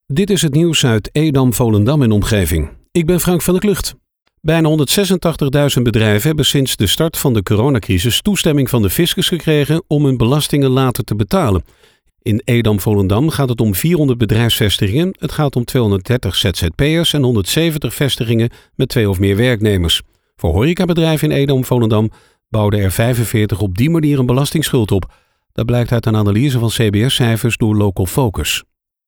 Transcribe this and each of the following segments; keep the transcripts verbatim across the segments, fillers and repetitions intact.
Dit is het nieuws uit Edam, Volendam en omgeving. Ik ben Frank van der Klucht. Bijna honderdzesentachtigduizend bedrijven hebben sinds de start van de coronacrisis toestemming van de fiscus gekregen om hun belastingen later te betalen. In Edam, Volendam gaat het om vierhonderd bedrijfsvestigingen, het gaat om tweehonderddertig Z Z P'ers en honderdzeventig vestigingen met twee of meer werknemers. Voor horecabedrijven in Edam, Volendam bouwden er vijfenveertig op die manier een belastingsschuld op. Dat blijkt uit een analyse van C B S-cijfers door Local Focus.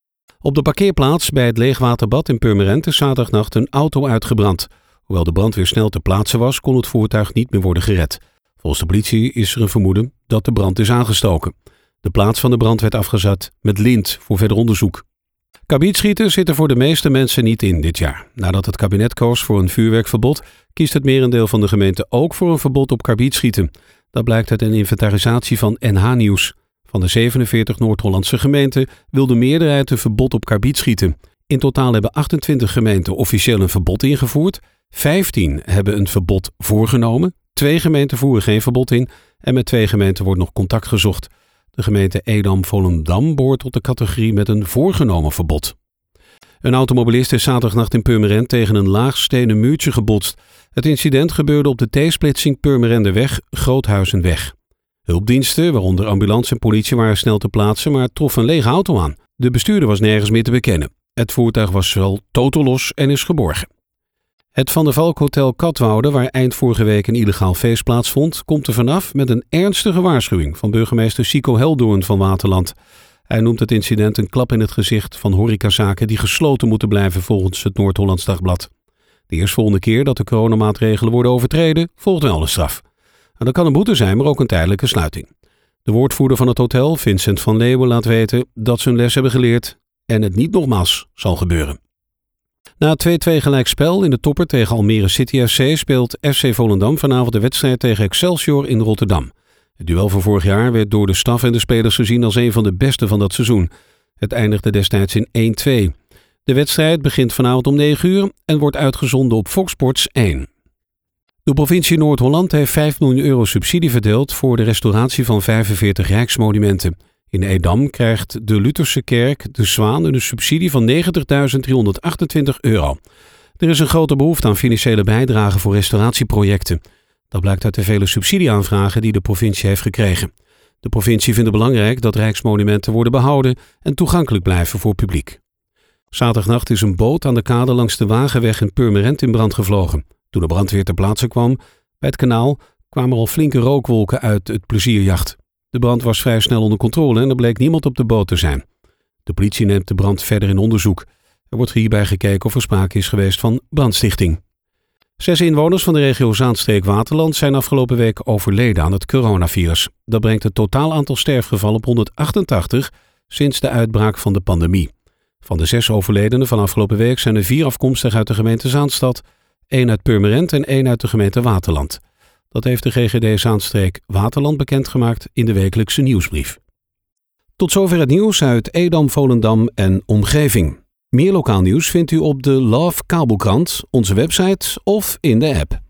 Op de parkeerplaats bij het Leegwaterbad in Purmerend is zaterdagnacht een auto uitgebrand. Hoewel de brandweer snel ter plaatse was, kon het voertuig niet meer worden gered. Volgens de politie is er een vermoeden dat de brand is aangestoken. De plaats van de brand werd afgezet met lint voor verder onderzoek. Karbietschieten zit er voor de meeste mensen niet in dit jaar. Nadat het kabinet koos voor een vuurwerkverbod, kiest het merendeel van de gemeente ook voor een verbod op karbietschieten. Dat blijkt uit een inventarisatie van N H Nieuws. Van de zevenenveertig Noord-Hollandse gemeenten wil de meerderheid een verbod op karbietschieten. In totaal hebben achtentwintig gemeenten officieel een verbod ingevoerd. vijftien hebben een verbod voorgenomen. Twee gemeenten voeren geen verbod in. En met twee gemeenten wordt nog contact gezocht. De gemeente Edam-Volendam behoort tot de categorie met een voorgenomen verbod. Een automobilist is zaterdagnacht in Purmerend tegen een laag stenen muurtje gebotst. Het incident gebeurde op de T-splitsing Purmerendeweg, Groothuizenweg. Hulpdiensten, waaronder ambulance en politie, waren snel te plaatsen, maar troffen een lege auto aan. De bestuurder was nergens meer te bekennen. Het voertuig was wel totalos en is geborgen. Het Van der Valk Hotel Katwoude, waar eind vorige week een illegaal feest plaatsvond, komt er vanaf met een ernstige waarschuwing van burgemeester Sico Heldoorn van Waterland. Hij noemt het incident een klap in het gezicht van horecazaken die gesloten moeten blijven volgens het Noord-Hollands Dagblad. De eerstvolgende keer dat de coronamaatregelen worden overtreden, volgt wel een straf. En dat kan een boete zijn, maar ook een tijdelijke sluiting. De woordvoerder van het hotel, Vincent van Leeuwen, laat weten dat ze hun les hebben geleerd en het niet nogmaals zal gebeuren. Na het twee-twee gelijkspel in de topper tegen Almere City F C speelt F C Volendam vanavond de wedstrijd tegen Excelsior in Rotterdam. Het duel van vorig jaar werd door de staf en de spelers gezien als een van de beste van dat seizoen. Het eindigde destijds in één-twee. De wedstrijd begint vanavond om negen uur en wordt uitgezonden op Fox Sports één. De provincie Noord-Holland heeft vijf miljoen euro subsidie verdeeld voor de restauratie van vijfenveertig rijksmonumenten. In Edam krijgt de Lutherse kerk De Zwaan een subsidie van negentigduizend driehonderdachtentwintig euro. Er is een grote behoefte aan financiële bijdragen voor restauratieprojecten. Dat blijkt uit de vele subsidieaanvragen die de provincie heeft gekregen. De provincie vindt het belangrijk dat rijksmonumenten worden behouden en toegankelijk blijven voor publiek. Zaterdagnacht is een boot aan de kade langs de Wagenweg in Purmerend in brand gevlogen. Toen de brandweer ter plaatse kwam bij het kanaal kwamen er al flinke rookwolken uit het plezierjacht. De brand was vrij snel onder controle en er bleek niemand op de boot te zijn. De politie neemt de brand verder in onderzoek. Er wordt hierbij gekeken of er sprake is geweest van brandstichting. Zes inwoners van de regio Zaanstreek-Waterland zijn afgelopen week overleden aan het coronavirus. Dat brengt het totaal aantal sterfgevallen op honderdachtentachtig sinds de uitbraak van de pandemie. Van de zes overledenen van afgelopen week zijn er vier afkomstig uit de gemeente Zaanstad, één uit Purmerend en één uit de gemeente Waterland. Dat heeft de G G D Zaanstreek Waterland bekendgemaakt in de wekelijkse nieuwsbrief. Tot zover het nieuws uit Edam, Volendam en omgeving. Meer lokaal nieuws vindt u op de Love Kabelkrant, onze website of in de app.